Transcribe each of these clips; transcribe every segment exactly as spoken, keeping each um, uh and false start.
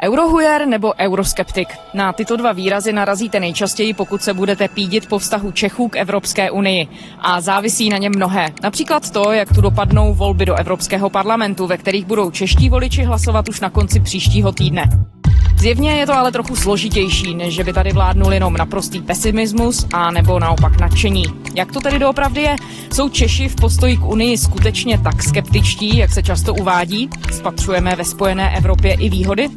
Eurohujer nebo euroskeptik. Na tyto dva výrazy narazíte nejčastěji, pokud se budete pídit po vztahu Čechů k Evropské unii. A závisí na něm mnohé. Například to, jak tu dopadnou volby do Evropského parlamentu, ve kterých budou čeští voliči hlasovat už na konci příštího týdne. Zjevně je to ale trochu složitější, než že by tady vládnul jenom naprostý pesimismus a nebo naopak nadšení. Jak to tedy doopravdy je? Jsou Češi v postoji k Unii skutečně tak skeptičtí, jak se často uvádí? Spatřujeme ve spojené Evropě i výhody?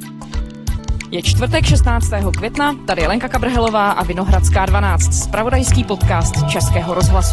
Je čtvrtek šestnáctého května, tady je Lenka Kabrhelová a Vinohradská dvanáct, zpravodajský podcast Českého rozhlasu.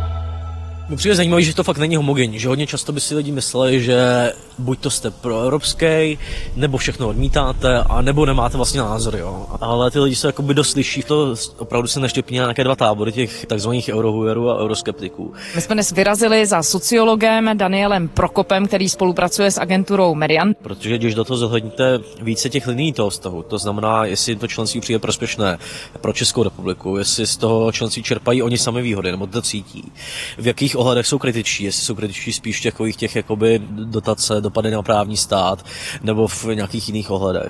Mně přijde zajímavé, že to fakt není homogenní, že hodně často by si lidi mysleli, že buď to jste proevropský, nebo všechno odmítáte, a nebo nemáte vlastně názor, jo. Ale ty lidi se jakoby dost liší, to opravdu se neštěpí na nějaké dva tábory těch takzvaných eurohujerů a euroskeptiků. My jsme dnes vyrazili za sociologem Danielem Prokopem, který spolupracuje s agenturou Median. Protože když do toho zohledníte více těch linií toho vztahu, to znamená, jestli to členství přijde prospěšné pro Českou republiku, jestli z toho členství čerpají oni sami výhody, nebo to cítí, v jakých ohledech jsou kritičtí, jestli jsou kritičtí spíš těch těch jakoby dotace, dopady na právní stát, nebo v nějakých jiných ohledech.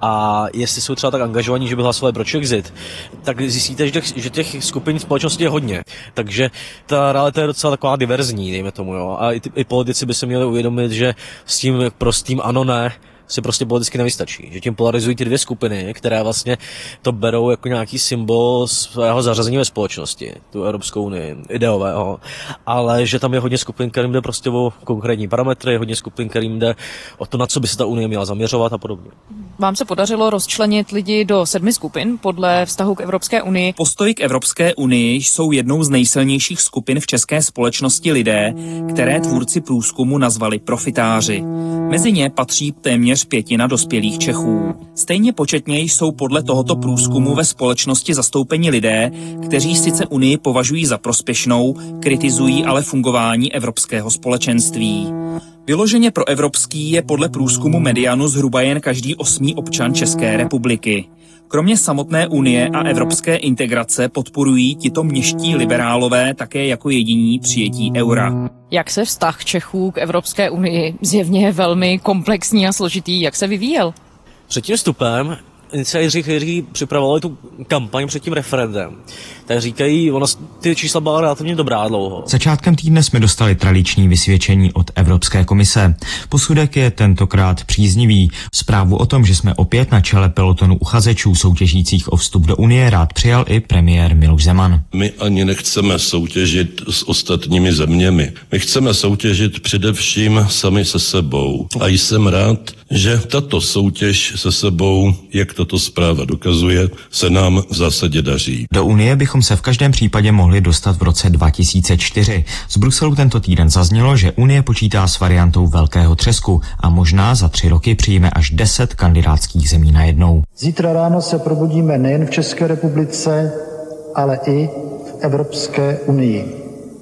A jestli jsou třeba tak angažovaní, že by hlasovali pro Czexit, tak zjistíte, že těch, že těch skupin společnosti je hodně. Takže ta realita je docela taková diverzní, dejme tomu, jo. A i, ty, i politici by se měli uvědomit, že s tím prostým ano, ne, si prostě politicky nevystačí. Že tím polarizují ty dvě skupiny, které vlastně to berou jako nějaký symbol svého zařazení ve společnosti, tu Evropskou unii, ideového, ale že tam je hodně skupin, kterým jde prostě o konkrétní parametry, hodně skupin, kterým jde o to, na co by se ta unie měla zaměřovat a podobně. Vám se podařilo rozčlenit lidi do sedmi skupin podle vztahu k Evropské unii. Postoj k Evropské unii jsou jednou z nejsilnějších skupin v české společnosti lidé, které tvůrci průzkumu nazvali profitáři. Mezi ně patří téměř pětina dospělých Čechů. Stejně početně jsou podle tohoto průzkumu ve společnosti zastoupeni lidé, kteří sice Unii považují za prospěšnou, kritizují ale fungování Evropského společenství. Vyloženě proevropský je podle průzkumu Medianu zhruba jen každý osmý občan České republiky. Kromě samotné Unie a evropské integrace podporují tito městští liberálové také jako jediní přijetí eura. Jak se vztah Čechů k Evropské unii zjevně je velmi komplexní a složitý, jak se vyvíjel? Před tím vstupem iniciátoři, kteří připravovali tu kampaň před tím referendem, tak říkají, ono, ty čísla byla relativně dobrá dlouho. Začátkem týdne jsme dostali tradiční vysvědčení od Evropské komise. Posudek je tentokrát příznivý. Zprávu o tom, že jsme opět na čele pelotonu uchazečů soutěžících o vstup do Unie, rád přijal i premiér Miloš Zeman. My ani nechceme soutěžit s ostatními zeměmi. My chceme soutěžit především sami se sebou. A jsem rád, že tato soutěž se sebou, jak tato zpráva dokazuje, se nám v zásadě daří. Do Unie bychom se v každém případě mohli dostat v roce dva tisíce čtyři. Z Bruselu tento týden zaznělo, že Unie počítá s variantou velkého třesku a možná za tři roky přijme až deset kandidátských zemí najednou. Zítra ráno se probudíme nejen v České republice, ale i v Evropské unii.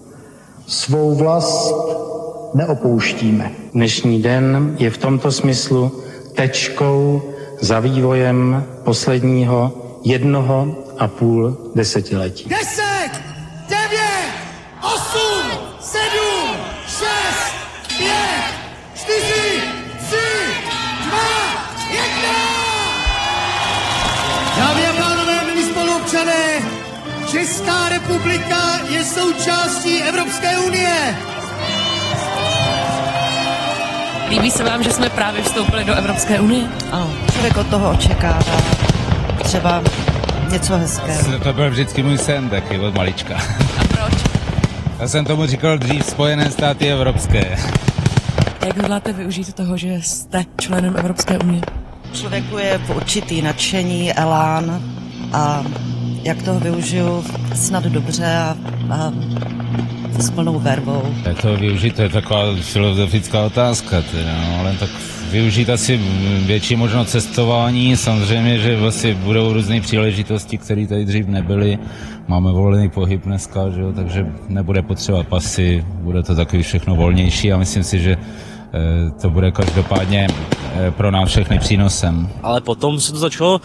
Svou vlast neopouštíme. Dnešní den je v tomto smyslu tečkou za vývojem posledního jednoho a půl desetiletí. Deset, devět, osm, sedm, šest, pět, čtyři, tři, dva, jedna. Dámy a pánové, milí spoluobčané, Česká republika je součástí Evropské unie. Líbí se vám, že jsme právě vstoupili do Evropské unie? Ano, člověk od toho očekává třeba něco hezkého. To byl vždycky můj sen taky od malička. A proč? Já jsem tomu říkal dřív Spojené státy evropské. Jak hodláte využít toho, že jste členem Evropské unie? Člověku je v určitý nadšení, elán a jak toho využiju snad dobře a, a s plnou verbou. Jak to využít, to je taková filozofická otázka, teda, no, ale tak využít asi větší možnost cestování, samozřejmě, že vlastně budou různé příležitosti, které tady dřív nebyly. Máme volný pohyb dneska, že jo, takže nebude potřeba pasy, bude to takový všechno volnější a myslím si, že to bude každopádně pro nás všechny přínosem. Ale potom se to začalo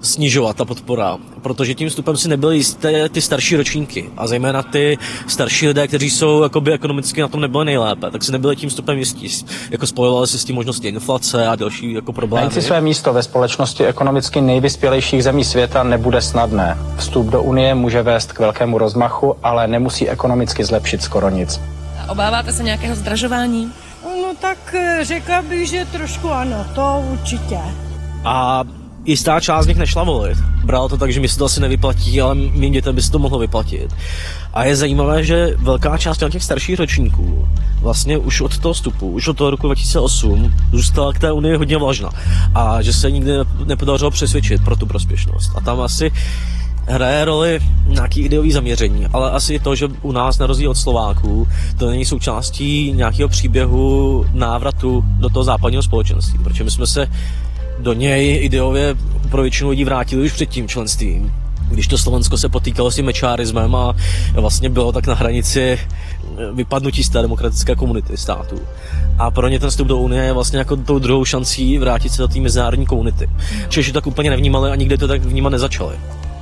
snižovat ta podpora, protože tím vstupem si nebyly jisté ty starší ročníky a zejména ty starší lidé, kteří jsou jakoby ekonomicky na tom nebyli nejlépe, tak si nebyli tím vstupem jistí. Jako spojovali se s tím možnosti inflace a další jako problémy. Najít si své místo ve společnosti ekonomicky nejvyspělejších zemí světa nebude snadné. Vstup do Unie může vést k velkému rozmachu, ale nemusí ekonomicky zlepšit skoro nic. Obáváte se nějakého zdražování? No tak řekla bych, že trošku ano, to určitě. A jistá část z nich nešla volit. Bral to tak, že mi se to asi nevyplatí, ale mým dětem by se to mohlo vyplatit. A je zajímavé, že velká část těch starších ročníků vlastně už od toho vstupu, už od toho roku dva tisíce osm zůstala k té unii hodně vlažná. A že se nikdy nepodařilo přesvědčit pro tu prospěšnost. A tam asi hraje roli nějaký ideový zaměření, ale asi to, že u nás na rozdíl od Slováků to není součástí nějakého příběhu návratu do toho západního společenství, protože my jsme se do něj ideově pro většinu lidí vrátili už před tím členstvím, když to Slovensko se potýkalo s tím mečárismem a vlastně bylo tak na hranici vypadnutí z té demokratické komunity států. A pro ně ten vstup do Unie je vlastně jako tou druhou šancí vrátit se do té mezinárodní komunity. Češi to tak úplně nevnímali a nikdy to tak vnímat nezačali.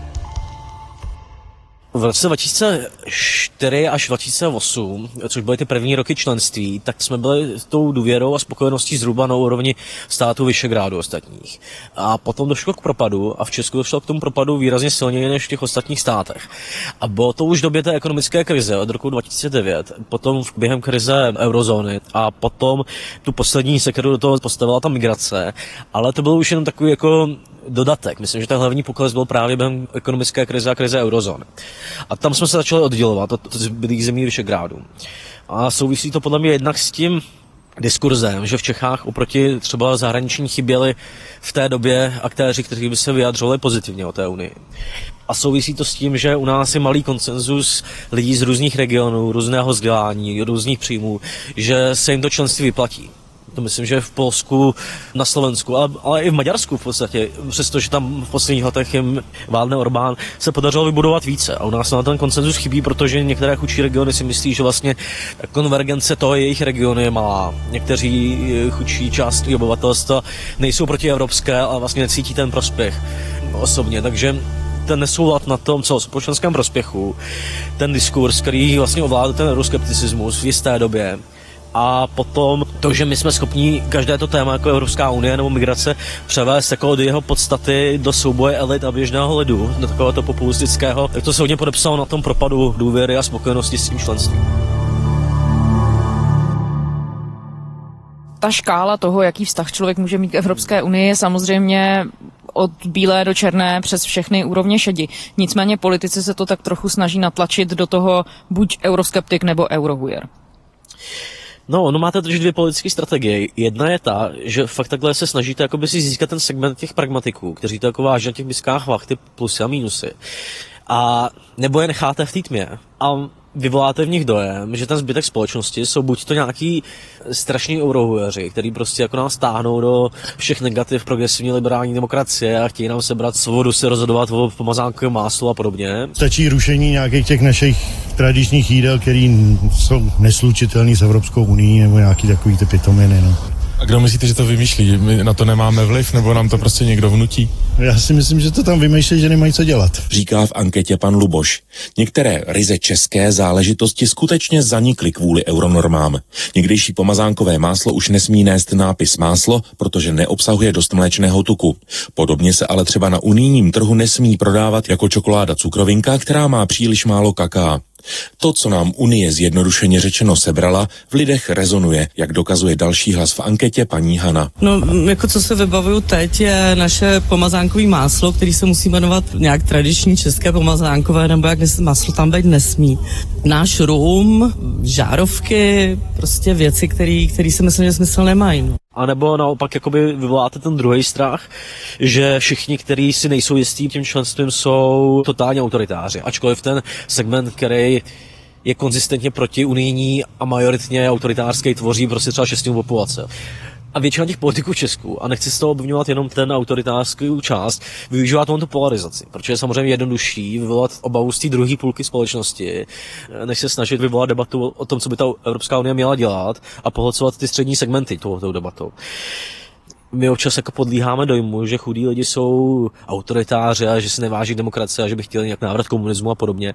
V roce dva tisíce čtyři až dva tisíce osm, což byly ty první roky členství, tak jsme byli s tou důvěrou a spokojeností zhruba na úrovni států Visegrádu ostatních. A potom došlo k propadu a v Česku došlo k tomu propadu výrazně silněji než v těch ostatních státech. A bylo to už v době té ekonomické krize od roku dva tisíce devět, potom během krize eurozóny a potom tu poslední se, kterou do toho postavila ta migrace, ale to bylo už jenom takový jako dodatek. Myslím, že ten hlavní pokles byl právě během ekonomické krize a krize eurozóny. A tam jsme se začali oddělovat od zbylých zemí Visegrádu. A souvisí to podle mě jednak s tím diskurzem, že v Čechách oproti třeba zahraniční chyběli v té době aktéři, kteří by se vyjadřovali pozitivně o té unii. A souvisí to s tím, že u nás je malý konsenzus lidí z různých regionů, různého vzdělání, různých příjmů, že se jim to členství vyplatí. To myslím, že v Polsku, na Slovensku, ale, ale i v Maďarsku v podstatě, přestože tam v posledních letech jim vládne Orbán, se podařilo vybudovat více. A u nás na ten konsenzus chybí, protože některé chudší regiony si myslí, že vlastně konvergence toho jejich regionu je malá. Někteří chudší části obyvatelstva nejsou protievropské, ale vlastně necítí ten prospěch osobně. Takže ten nesoulad na tom celospolečenském prospěchu, ten diskurs, který vlastně ovládl ten euroskepticismus v jisté době, a potom to, že my jsme schopni každé to téma jako Evropská unie nebo migrace převést jako od jeho podstaty do souboje elit a běžného lidu, do takového to populistického, tak to se hodně podepsalo na tom propadu důvěry a spokojenosti s tím členstvím. Ta škála toho, jaký vztah člověk může mít k Evropské unii, je samozřejmě od bílé do černé přes všechny úrovně šedi. Nicméně politici se to tak trochu snaží natlačit do toho buď euroskeptik nebo eurohujer. No, ono máte totiž dvě politické strategie. Jedna je ta, že fakt takhle se snažíte jakoby si získat ten segment těch pragmatiků, kteří to jako váží na těch miskách vah, ty plusy a mínusy. A nebo je necháte v té tmě a vyvoláte v nich dojem, že ten zbytek společnosti jsou buď to nějaký strašní eurohujeři, který prostě jako nás táhnou do všech negativ progresivní liberální demokracie a chtějí nám sebrat svobodu si rozhodovat o pomazánkovém máslu a podobně. Stačí rušení nějakých těch našich tradičních jídel, který jsou neslučitelný s Evropskou unií nebo nějaký takový ty pitominy, no. A kdo myslíte, že to vymýšlí? My na to nemáme vliv, nebo nám to prostě někdo vnutí? Já si myslím, že to tam vymýšlí, že nemají co dělat. Říká v anketě pan Luboš. Některé ryze české záležitosti skutečně zanikly kvůli euronormám. Někdejší pomazánkové máslo už nesmí nést nápis máslo, protože neobsahuje dost mléčného tuku. Podobně se ale třeba na unijním trhu nesmí prodávat jako čokoláda cukrovinka, která má příliš málo kaká. To, co nám Unie zjednodušeně řečeno sebrala, v lidech rezonuje, jak dokazuje další hlas v anketě paní Hana. No, jako co se vybavuju teď, je naše pomazánkový máslo, který se musí jmenovat nějak tradiční české pomazánkové, nebo jak máslo tam být nesmí. Náš rum, žárovky, prostě věci, které si myslím, že smysl nemají. No. A nebo naopak jakoby vyvoláte ten druhý strach, že všichni, kteří si nejsou jistí tím členstvím, jsou totálně autoritáři. Ačkoliv ten segment, který je konzistentně protiunijní a majoritně autoritářský, tvoří prostě třeba šestinu populace. A většina těch politiků v Česku, a nechci z toho obviňovat jenom ten autoritářský část, využívá tomu polarizaci, protože je samozřejmě jednodušší vyvolat obavu z té druhé půlky společnosti, než se snažit vyvolat debatu o tom, co by ta Evropská unie měla dělat a pohlcovat ty střední segmenty tohoto debatou. my občas jako podlíháme dojmu, že chudí lidi jsou autoritáři a že si neváží demokracie a že by chtěli nějak návrat komunismu a podobně.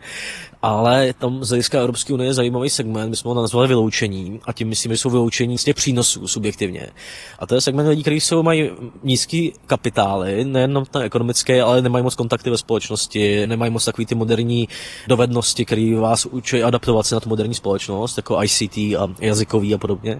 Ale tam z hlediska Evropské unie je zajímavý segment, my jsme ho nazvali vyloučení a tím myslím, že jsou vyloučení z těch přínosů subjektivně. A to je segment lidí, kteří jsou, mají nízký kapitály, nejenom ten ekonomické, ale nemají moc kontakty ve společnosti, nemají moc takový ty moderní dovednosti, které vás učí adaptovat se na tu moderní společnost, jako I C T a jazykový a podobně.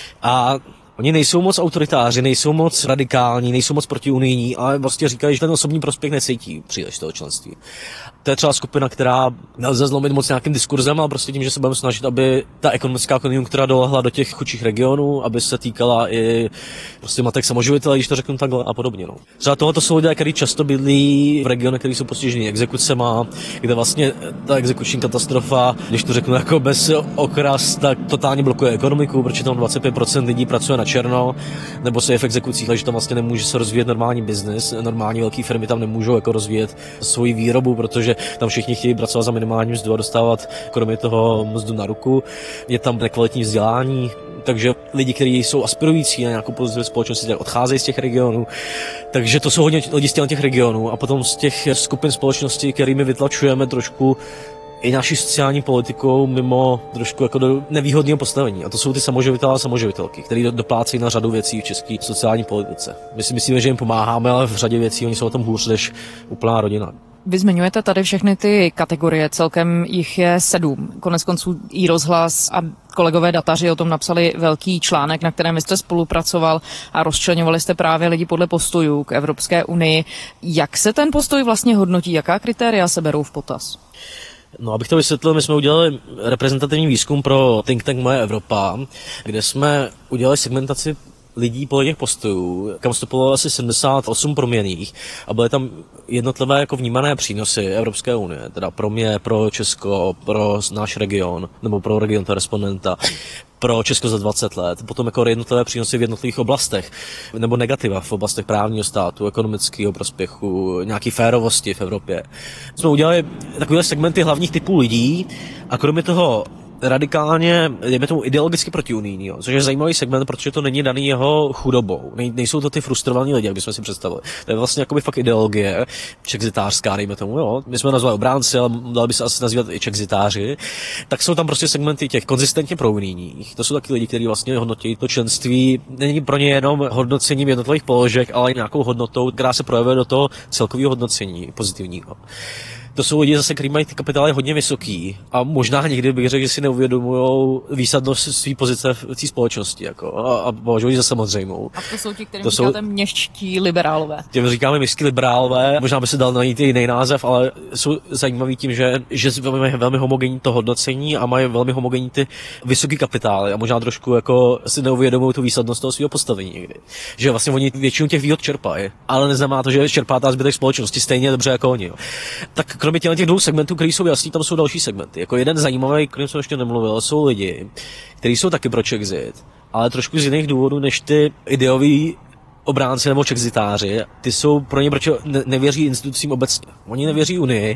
A oni nejsou moc autoritáři, nejsou moc radikální, nejsou moc protiunijní, ale vlastně říkají, že ten osobní prospěch necítí příliš toho členství. To je třeba skupina, která nelze zlomit moc nějakým diskurzem, ale prostě tím, že se budeme snažit, aby ta ekonomická konjunktura dolehla do těch chudších regionů, aby se týkala i prostě matek samoživitelů, když to řeknu takhle a podobně. No. Třeba tohoto jsou lidé, kteří často bydlí v regionech, které jsou postiženy exekucema, kde vlastně ta exekuční katastrofa, když to řeknu jako bez okras, tak totálně blokuje ekonomiku, protože tam dvacet pět procent lidí pracuje na černo, nebo se je v exekucích, takže tam vlastně nemůže se rozvíjet normální biznis, normální velké firmy tam nemůžou jako rozvíjet svoji výrobu, protože tam všichni chtějí pracovat za minimální mzdu a dostávat kromě toho mzdu na ruku. Je tam nekvalitní vzdělání, takže lidi, kteří jsou aspirující na nějakou pozici v společnosti, tak odcházejí z těch regionů. Takže to jsou hodně lidi z těch regionů a potom z těch skupin společnosti, kterými vytlačujeme trošku i naší sociální politikou mimo trošku jako do nevýhodného postavení. A to jsou ty samoživitelé a samoživitelky, kteří doplácejí na řadu věcí v české sociální politice. My si myslíme, že jim pomáháme, ale v řadě věcí oni jsou o tom hůř než úplná rodina. Vy zmiňujete tady všechny ty kategorie, celkem jich je sedm. Konec konců i rozhlas a kolegové dataři o tom napsali velký článek, na kterém jste spolupracoval a rozčleňovali jste právě lidi podle postojů k Evropské unii. Jak se ten postoj vlastně hodnotí? Jaká kritéria se berou v potaz? No, abych to vysvětlil, my jsme udělali reprezentativní výzkum pro think tank Moje Evropa, kde jsme udělali segmentaci lidí podle těch postojů, kam vstupovalo asi sedmdesát osm proměnných a byly tam jednotlivé jako vnímané přínosy Evropské unie, teda pro mě, pro Česko, pro náš region, nebo pro region toho respondenta, pro Česko za dvacet let, potom jako jednotlivé přínosy v jednotlivých oblastech, nebo negativa v oblastech právního státu, ekonomického prospěchu, nějaký férovosti v Evropě. Jsme udělali takové segmenty hlavních typů lidí a kromě toho radikálně, dejme tomu ideologicky protiunijní, jo, což je zajímavý segment, protože to není daný jeho chudobou. Nej, nejsou to ty frustrovaní lidi, jak bychom si představili. To je vlastně jakoby fakt ideologie, čexitářská, dejme tomu, jo. My jsme nazvali obránci, ale dali by se asi nazývat i čexitáři. Tak jsou tam prostě segmenty těch konzistentně prounijních. To jsou taky lidi, kteří vlastně hodnotí to členství. Není pro ně jenom hodnocením jednotlivých položek, ale i nějakou hodnotou, která se projevuje do toho celkového hodnocení pozitivního. To jsou lidi zase, kteří mají ty kapitály hodně vysoký a možná někdy bych řekl, že si neuvědomují výsadnost své pozice v té společnosti jako, a, a považují za samozřejmou. A to jsou ti, kterým to říkáte jsou městští liberálové. Těm říkáme městští liberálové, možná by se dal najít i jiný název, ale jsou zajímaví tím, že, že mají velmi homogenní to hodnocení a mají velmi homogenní ty vysoký kapitály a možná trošku jako si neuvědomují tu výsadnost toho svého postavení někdy. Že vlastně oni většinu těch výhod čerpají, ale neznamená to, že čerpá ta zbytek společnosti stejně dobře jako oni. Jo. Tak kromě těch dvou segmentů, které jsou jasný, tam jsou další segmenty. Jako jeden zajímavý, kterým jsem ještě nemluvil, jsou lidi, kteří jsou taky pro Czexit, ale trošku z jiných důvodů než ty ideoví obránci nebo čexitáři. Ty jsou pro ně, protože ne- nevěří institucím obecně. Oni nevěří Unii,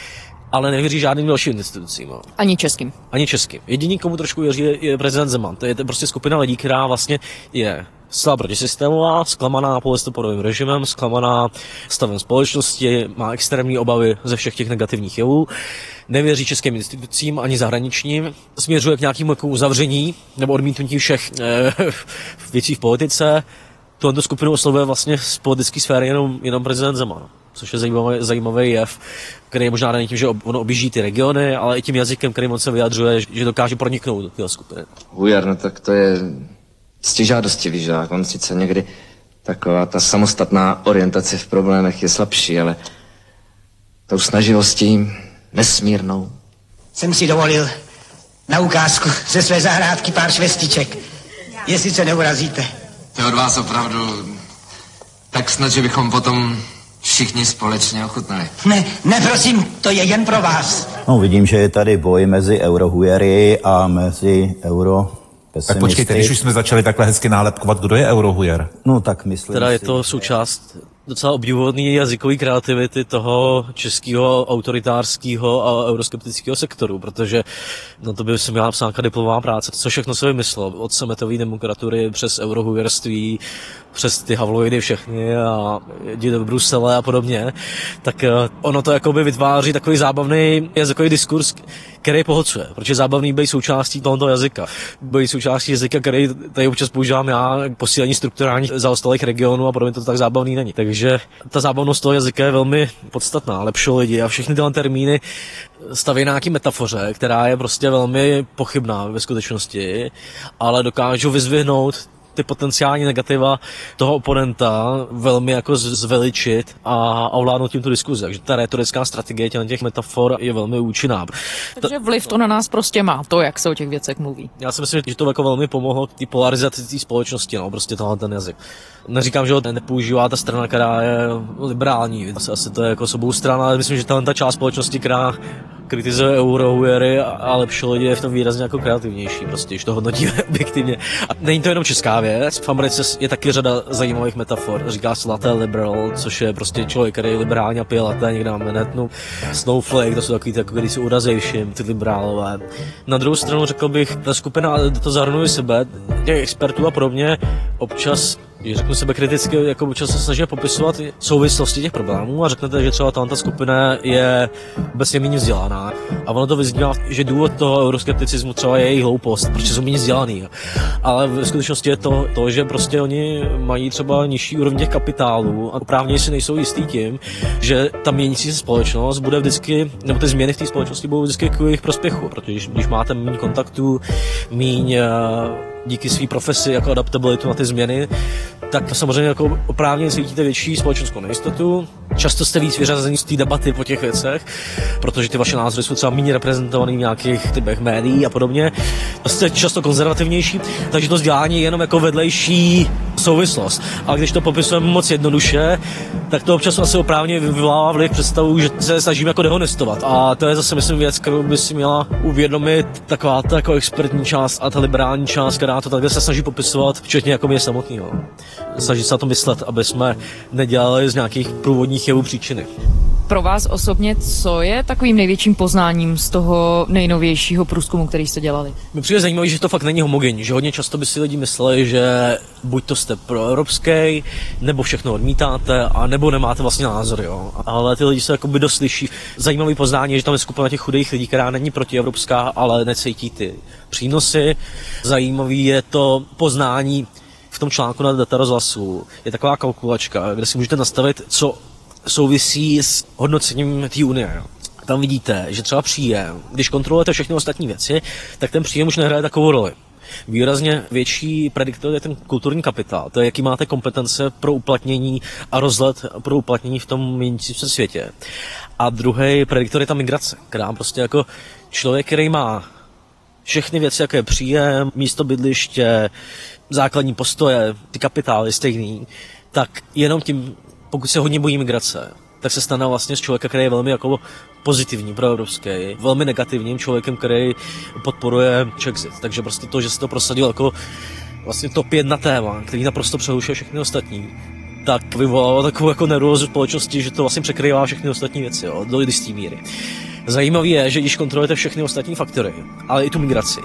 ale nevěří žádným dalším institucím. No. Ani českým. Ani českým. Jediný, komu trošku věří, je, je prezident Zeman. To je to prostě skupina lidí, která vlastně je zcela protisystémová, zklamaná polistopadovým režimem, zklamaná stavem společnosti, má extrémní obavy ze všech těch negativních jevů, nevěří českým institucím ani zahraničním, směřuje k nějakému jako uzavření nebo odmítnutí všech eh, věcí v politice. Tuhle skupinu oslovuje vlastně z politické sféry jenom, jenom prezident Zeman, což je zajímavý, zajímavý jev, který je možná daný tím, že on objíždí ty regiony, ale i tím jazykem, kterým on se vyjadřuje, že dokáže proniknout do téhle skupiny. Hujar, no tak to je ctižádostivý žák. On sice někdy taková ta samostatná orientace v problémech je slabší, ale tou snaživostí nesmírnou. Jsem si dovolil na ukázku ze své zahrádky pár švestiček, jestli se neurazíte. To je od vás opravdu tak snad, že bychom potom všichni společně ochutnali. Ne, ne, prosím, to je jen pro vás. No, vidím, že je tady boj mezi eurohujery a mezi euro pesimisty. Tak počkejte, když už jsme začali takhle hezky nálepkovat, kdo je eurohujer? No, tak myslím Teda je si, to součást docela obdivuhodné jazykové kreativity toho českého autoritářského a euroskeptického sektoru, protože no to by se měla psát diplomová práce, co všechno se vymyslelo, od sametové demokratury přes eurohujerství přes ty Havloidy všechny a jdi do Brusele a podobně, tak ono to jakoby vytváří takový zábavný jazykový diskurs, který pohlcuje, protože zábavný být součástí tohoto jazyka. Být součástí jazyka, který tady občas používám já k posílení strukturálních zaostalých regionů a podobně, to tak zábavný není. Takže ta zábavnost toho jazyka je velmi podstatná, lepší lidi a všechny tyhle termíny staví nějaký metafoře, která je prostě velmi pochybná ve skutečnosti, ale dokážou vyzvihnout ty potenciální negativa toho oponenta velmi jako zveličit a ovládnout tím tu diskuzi. Takže ta retorická strategie těch metafor je velmi účinná. Takže vliv to na nás prostě má, to, jak se o těch věcech mluví. Já si myslím, že to jako velmi pomohlo k té polarizaci té společnosti, no, prostě tohle ten jazyk. Neříkám, že ho nepoužívá ta strana, která je liberální, asi, asi to je jako s obou stran, ale myslím, že ta část společnosti, která kritizuje eurohujery a lepší lidi, je v tom výrazně jako kreativnější, prostě, když to hodnotíme objektivně. A není to jenom česká věc, v Americe je taky řada zajímavých metafor. Říká se latte liberal, což je prostě člověk, který je liberální a pije latte někde na Manhattanu. Snowflake, to jsou takový, takový když jsou urazejší, ty liberálové. Na druhou stranu řekl bych, ta skupina, to zahrnuje sebe, těch expertů a podobně, občas že řeknu sebe kriticky, jako občas se snažíme popisovat souvislosti těch problémů a řeknete, že třeba ta skupina je obecně méně vzdělaná. A ono to vyznívá, že důvod toho euroskepticismu třeba je jejich hloupost, protože jsou méně vzdělaný. Ale v skutečnosti je to, to, že prostě oni mají třeba nižší úroveň těch kapitálů a oprávněji si nejsou jistý tím, že ta měnící se společnost bude vždycky, nebo ty změny v té společnosti budou vždycky k jejich prospěchu, protože když máte méně kontaktů, méně díky své profesi jako adaptabilitu na ty změny, tak samozřejmě jako oprávněně cítíte větší společenskou nejistotu. Často jste víc vyřazení z té debaty po těch věcech, protože ty vaše názory jsou třeba méně reprezentovaný v nějakých typech médií a podobně. Jste často konzervativnější, takže to vzdělání je jenom jako vedlejší souvislost. A když to popisujeme moc jednoduše, tak to občas asi oprávně vyvolává v lidech představu, že se snažíme jako dehonestovat. A to je zase, myslím, věc, kterou by si měla uvědomit taková ta jako expertní část a ta liberální část, která to takhle se snaží popisovat, včetně jako mě samotného. Snaží se na to myslet, aby jsme nedělali z nějakých průvodních jevů příčiny. Pro vás osobně, co je takovým největším poznáním z toho nejnovějšího průzkumu, který jste dělali? Mně přijde zajímavé, že to fakt není homogenní, že hodně často by si lidi mysleli, že buď to jste proevropský, nebo všechno odmítáte, a nebo nemáte vlastně názor, jo. Ale ty lidi se jakoby dost slyší. Zajímavý poznání je, že tam je skupina těch chudých lidí, která není protievropská, ale necítí ty přínosy. Zajímavý je to poznání v tom článku na Data rozhlasu. Je taková kalkulačka, kde si můžete nastavit, co souvisí s hodnocením té unie. Jo. Tam vidíte, že třeba příjem, když kontrolujete všechny ostatní věci, tak ten příjem už nehraje takovou roli. Výrazně větší prediktor je ten kulturní kapitál, to je, jaký máte kompetence pro uplatnění a rozhled pro uplatnění v tom měnícím se světě. A druhý prediktor je ta migrace, která prostě jako člověk, který má všechny věci, jako je příjem, místo bydliště, základní postoje, ty kapitály stejný, tak jenom tím, pokud se hodně bojí migrace, tak se stane vlastně z člověka, který je velmi jako pozitivní, proevropský, velmi negativním člověkem, který podporuje Czexit. Takže prostě to, že se to prosadil jako vlastně top jedna téma, který naprosto přehušuje všechny ostatní, tak vyvolalo takovou jako nervózu společnosti, že to vlastně překrývá všechny ostatní věci, jo, do jisté míry. Zajímavé je, že když kontrolujete všechny ostatní faktory, ale i tu migraci,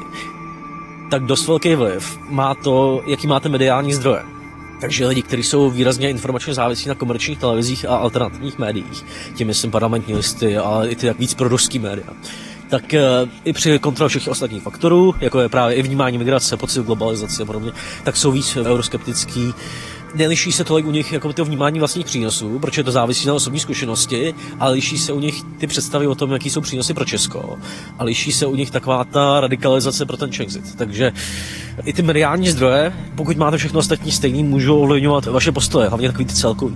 tak dost velký vliv má to, jaký máte mediální zdroje. Takže lidi, kteří jsou výrazně informačně závislí na komerčních televizích a alternativních médiích, tím myslím parlamentní listy, ale i ty jak víc proruský média, tak e, i při kontrole všech ostatních faktorů, jako je právě i vnímání migrace, pocit globalizace a podobně, tak jsou víc euroskeptický. Neliší se tolik u nich jako to vnímání vlastních přínosů, protože to závisí na osobní zkušenosti, ale liší se u nich ty představy o tom, jaký jsou přínosy pro Česko. A liší se u nich taková ta radikalizace pro ten Czexit. Takže i ty mediální zdroje, pokud máte všechno ostatní stejný, můžou ovlivňovat vaše postoje, hlavně takový ty celkový.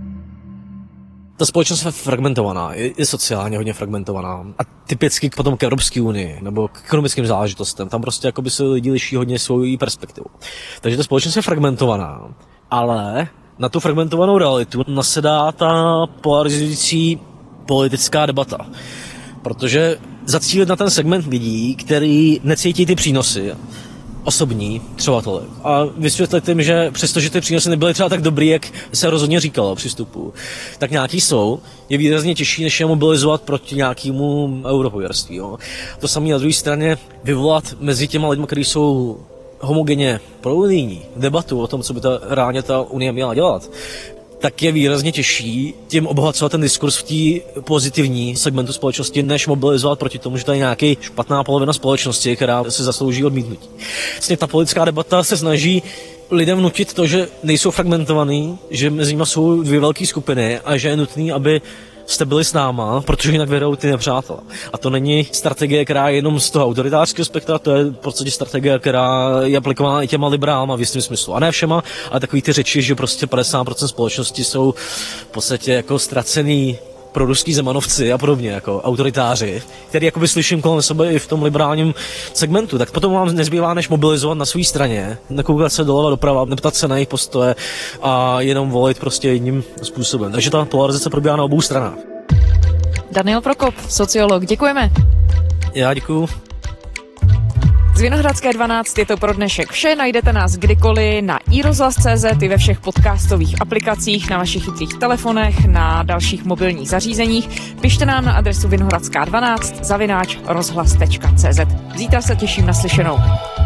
Ta společnost je fragmentovaná, je, je sociálně hodně fragmentovaná. A typicky potom k Evropské unii nebo k ekonomickým záležitostem. Tam prostě jakoby se lidi liší hodně svou perspektivu. Takže ta společnost je fragmentovaná. Ale na tu fragmentovanou realitu nasedá ta polarizující politická debata. Protože zacílit na ten segment lidí, který necítí ty přínosy osobní, třeba tolik. A vysvětlit jim, že přestože ty přínosy nebyly třeba tak dobrý, jak se rozhodně říkalo při vstupu, tak nějaký jsou, je výrazně těžší, než je mobilizovat proti nějakému eurohujerství. To samé na druhé straně vyvolat mezi těma lidmi, kteří jsou homogenně prounijní debatu o tom, co by ta reálně ta Unie měla dělat, tak je výrazně těžší tím obohacovat ten diskurs v té pozitivní segmentu společnosti, než mobilizovat proti tomu, že tady je nějaký špatná polovina společnosti, která se zaslouží odmítnutí. Vlastně ta politická debata se snaží lidem vnutit to, že nejsou fragmentovaný, že mezi nimi jsou dvě velké skupiny a že je nutný, aby jste byli s náma, protože jinak vedou ty nepřátelé. A to není strategie, která je jenom z toho autoritářského spektra, to je v podstatě strategie, která je aplikovaná i těma liberálma v jistém smyslu. A ne všema, ale takový ty řeči, že prostě padesát procent společnosti jsou v podstatě jako ztracený proruský zemanovci a podobně, jako autoritáři, který jakoby slyším kolem sebe i v tom liberálním segmentu, tak potom vám nezbývá, než mobilizovat na své straně, nekoukat se doleva doprava, neptat se na jejich postoje a jenom volit prostě jedním způsobem. Takže ta polarizace probíhá na obou stranách. Daniel Prokop, sociolog, děkujeme. Já děkuju. Z Vinohradské dvanáct je to pro dnešek vše. Najdete nás kdykoliv na i rozhlas tečka cé zet i ve všech podcastových aplikacích, na vašich chytrých telefonech, na dalších mobilních zařízeních. Pište nám na adresu vinohradská dvanáct zavináč rozhlas tečka cé zet. Zítra se těším na slyšenou.